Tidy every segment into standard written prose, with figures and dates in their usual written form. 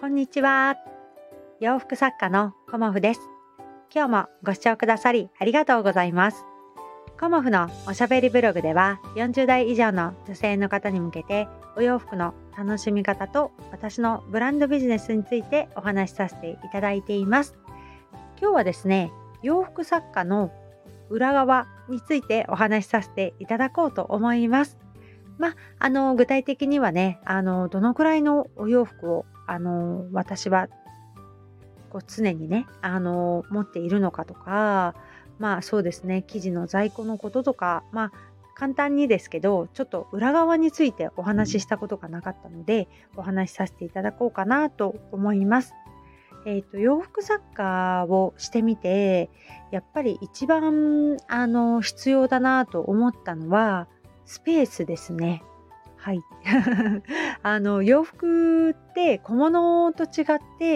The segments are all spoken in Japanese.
んにちは。洋服作家のコモフです。今日もご視聴くださりありがとうございます。コモフのおしゃべりブログでは40代以上の女性の方に向けてお洋服の楽しみ方と私のブランドビジネスについてお話しさせていただいています。今日はですね、洋服作家の裏側についてお話しさせていただこうと思います。具体的にはね、どのくらいのお洋服を私は常にね、持っているのかとか、そうですね、生地の在庫のこととか、簡単にですけど、ちょっと裏側についてお話ししたことがなかったので、お話しさせていただこうかなと思います。洋服作家をしてみて、やっぱり一番必要だなと思ったのはスペースですね。はい。洋服って小物と違って、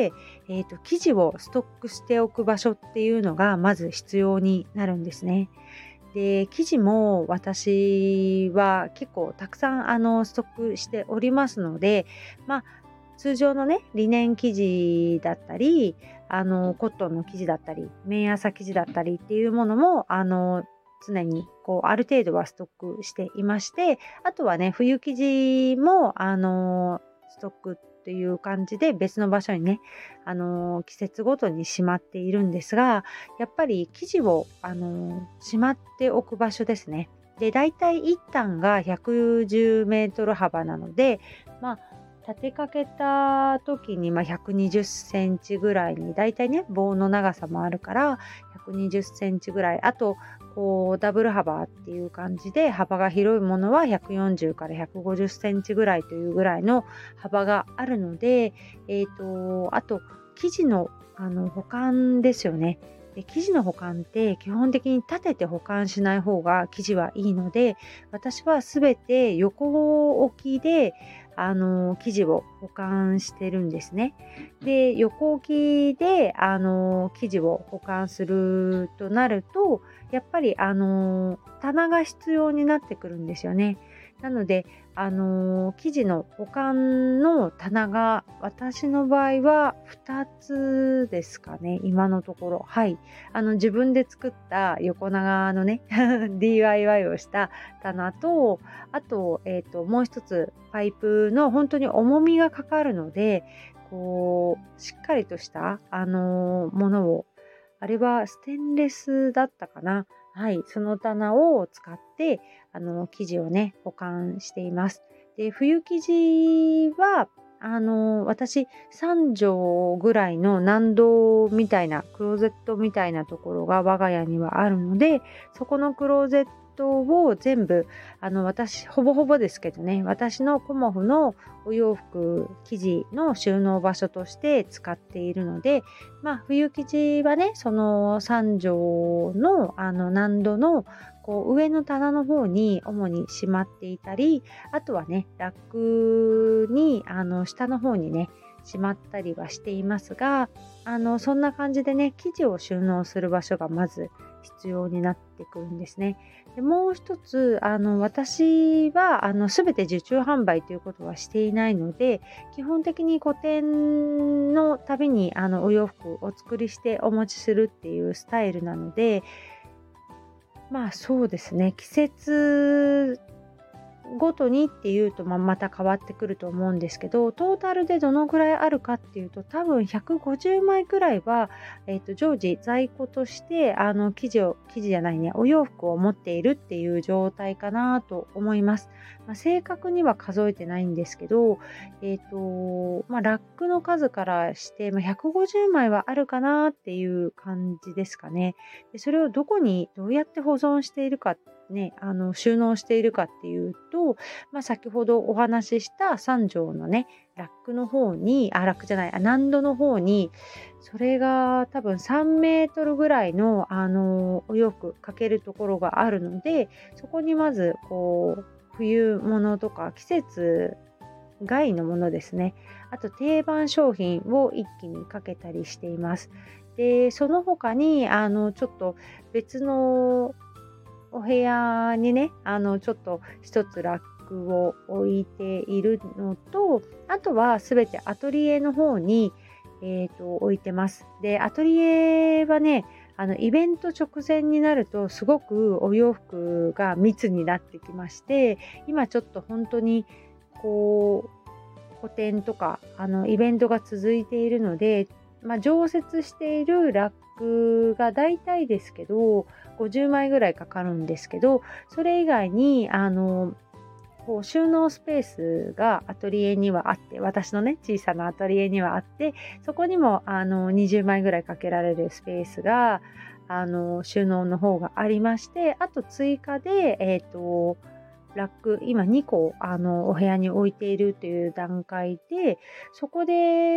生地をストックしておく場所っていうのがまず必要になるんですね。で、生地も私は結構たくさんストックしておりますので、通常のね、リネン生地だったり、コットンの生地だったり、綿麻生地だったりっていうものも、常にある程度はストックしていまして、あとはね、冬生地もストックという感じで別の場所にね、季節ごとにしまっているんですが、やっぱり生地をしまっておく場所ですね。で、だいたい1単が110メートル幅なので、立てかけた時に120センチぐらいに、だいたいね、棒の長さもあるから120センチぐらい、あとダブル幅っていう感じで、幅が広いものは140から150センチぐらいというぐらいの幅があるので、あと生地の保管ですよね。で、生地の保管って基本的に立てて保管しない方が生地はいいので、私はすべて横置きで生地を保管してるんですね。で、横置きで生地を保管するとなると、やっぱり棚が必要になってくるんですよね。なので生地の保管の棚が私の場合は2つですかね、今のところ。はい。自分で作った横長のねDIY をした棚と、あと、もう一つパイプの本当に重みがかかるので、しっかりとしたものを、あれはステンレスだったかな。はい、その棚を使って生地をね、保管しています。で、冬生地は私3畳ぐらいの納戸みたいなクローゼットみたいなところが我が家にはあるので、そこのクローゼットを全部私ほぼほぼですけどね、私のコモフのお洋服生地の収納場所として使っているので、冬生地はね、その3畳の納戸の上の棚の方に主にしまっていたり、あとはね、ラックに下の方にね、しまったりはしていますが、そんな感じでね、生地を収納する場所がまず必要になってくるんですね。で、もう一つ、私は全て受注販売ということはしていないので、基本的に個展のたびにお洋服をお作りしてお持ちするっていうスタイルなので、そうですね、季節ごとにっていうとまた変わってくると思うんですけど、トータルでどのぐらいあるかっていうと、多分150枚くらいは、常時在庫として生地じゃないね、お洋服を持っているっていう状態かなと思います。正確には数えてないんですけど、ラックの数からして、150枚はあるかなっていう感じですかね。で、それをどこにどうやって保存しているかね、収納しているかっていうと、先ほどお話しした3畳のね、ラックの方に、ラックじゃない、納戸の方に、それが多分3メートルぐらいの、お洋服かけるところがあるので、そこにまず、冬物とか季節外のものですね。あと定番商品を一気にかけたりしています。で、その他に、ちょっと別のお部屋にね、ちょっと一つラックを置いているのと、あとはすべてアトリエの方に、置いてます。で、アトリエはね、イベント直前になるとすごくお洋服が密になってきまして、今ちょっと本当にこう個展とかイベントが続いているので、常設しているラックがだいたいですけど50枚ぐらいかかるんですけど、それ以外にこう収納スペースがアトリエにはあって、私のね小さなアトリエにはあって、そこにも20枚ぐらいかけられるスペースが収納の方がありまして、あと追加でラック今2個お部屋に置いているという段階で、そこで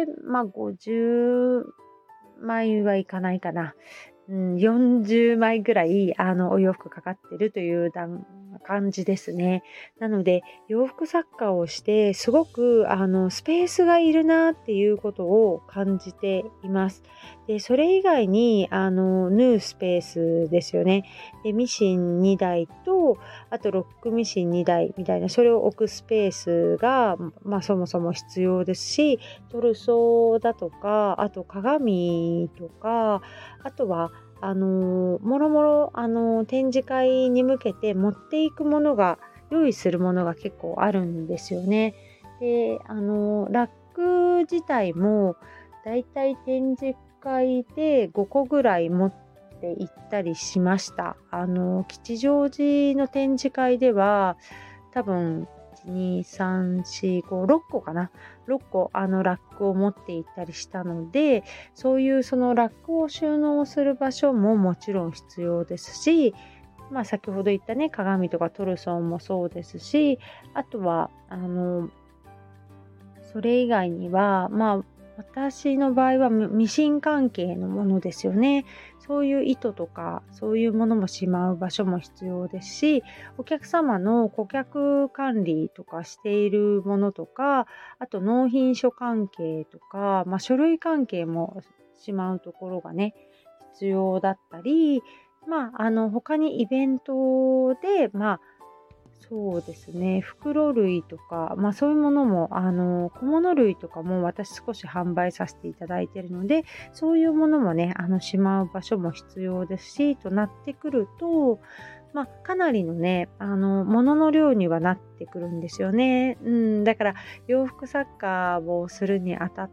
50枚はいかないかな、40枚ぐらいお洋服かかってるという感じですね。なので洋服作家をしてすごくスペースがいるなっていうことを感じています。でそれ以外に縫うスペースですよね。でミシン2台とあとロックミシン2台みたいな、それを置くスペースがそもそも必要ですし、トルソーだとか、あと鏡とか、あとはもろもろ展示会に向けて持っていくものが、用意するものが結構あるんですよね。でラック自体もだいたい展示会で5個ぐらい持って行ったりしました。吉祥寺の展示会では多分1、2、3、4、5、6個かな。6個ラックを持って行ったりしたので、そういうそのラックを収納する場所ももちろん必要ですし、先ほど言ったね鏡とかトルソンもそうですし、あとはそれ以外には私の場合はミシン関係のものですよね。そういう糸とかそういうものもしまう場所も必要ですし、お客様の顧客管理とかしているものとか、あと納品書関係とか、書類関係もしまうところがね必要だったり、他にイベントでそうですね、袋類とか、そういうものも小物類とかも私少し販売させていただいているので、そういうものもねしまう場所も必要ですし、となってくるとかなりのね物の量にはなってくるんですよね。だから洋服作家をするにあたって、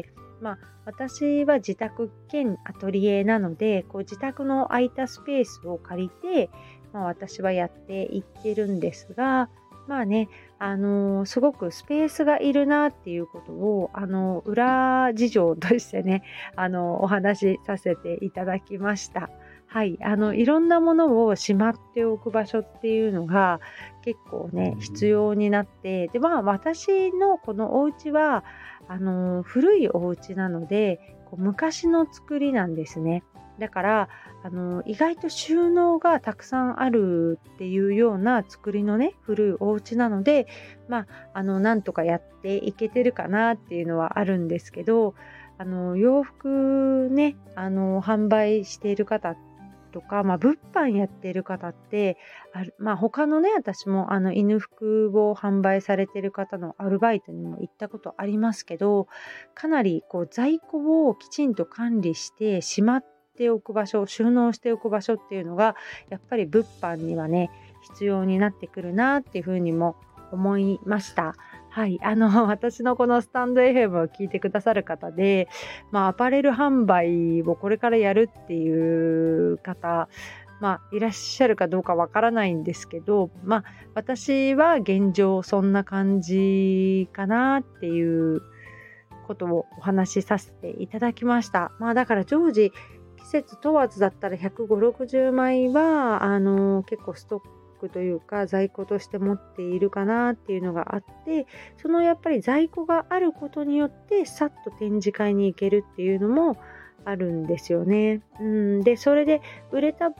私は自宅兼アトリエなので、こう自宅の空いたスペースを借りて私はやっていってるんですが、すごくスペースがいるなっていうことを裏事情としてねお話しさせていただきました。はい、いろんなものをしまっておく場所っていうのが結構ね必要になって、で私のこのお家は古いお家なので昔の作りなんですね。だから意外と収納がたくさんあるっていうような作りのね古いお家なので、なんとかやっていけてるかなっていうのはあるんですけど、洋服ね販売している方とか、物販やっている方って他のね、私も犬服を販売されている方のアルバイトにも行ったことありますけど、かなりこう在庫をきちんと管理してしまっておく場所、収納しておく場所っていうのがやっぱり物販にはね必要になってくるなっていうふうにも思いました。はい、私のこのスタンド FM を聞いてくださる方で、アパレル販売をこれからやるっていう方、いらっしゃるかどうかわからないんですけど、私は現状そんな感じかなっていうことをお話しさせていただきました。だから常時季節問わずだったら150、60枚は結構ストックというか在庫として持っているかなっていうのがあって、そのやっぱり在庫があることによってさっと展示会に行けるっていうのもあるんですよね。でそれで売れた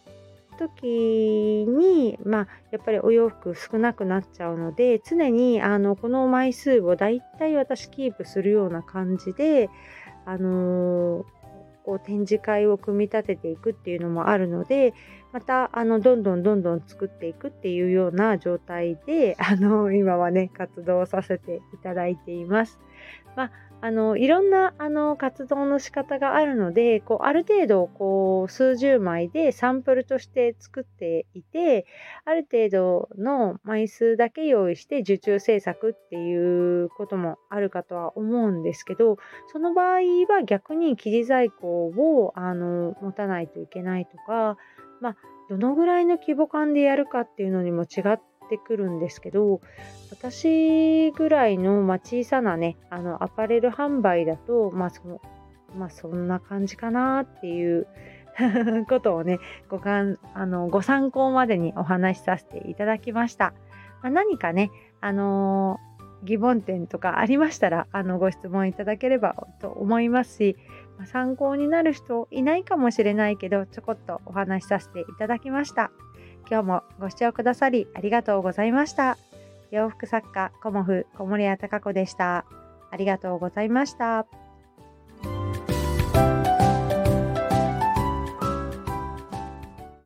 時にやっぱりお洋服少なくなっちゃうので、常にこの枚数をだいたい私キープするような感じでこう展示会を組み立てていくっていうのもあるので、またどんどん作っていくっていうような状態で今はね活動させていただいています。いろんな活動の仕方があるので、こうある程度こう数十枚でサンプルとして作っていて、ある程度の枚数だけ用意して受注制作っていうこともあるかとは思うんですけど、その場合は逆に生地在庫を持たないといけないとか、どのぐらいの規模感でやるかっていうのにも違ってくるんですけど、私ぐらいの、小さなねアパレル販売だとそんな感じかなっていうことをねご参考までにお話しさせていただきました。何かね疑問点とかありましたらご質問いただければと思いますし、参考になる人いないかもしれないけどちょこっとお話しさせていただきました。今日もご視聴くださりありがとうございました。洋服作家コモフ小森屋隆子でした。ありがとうございました。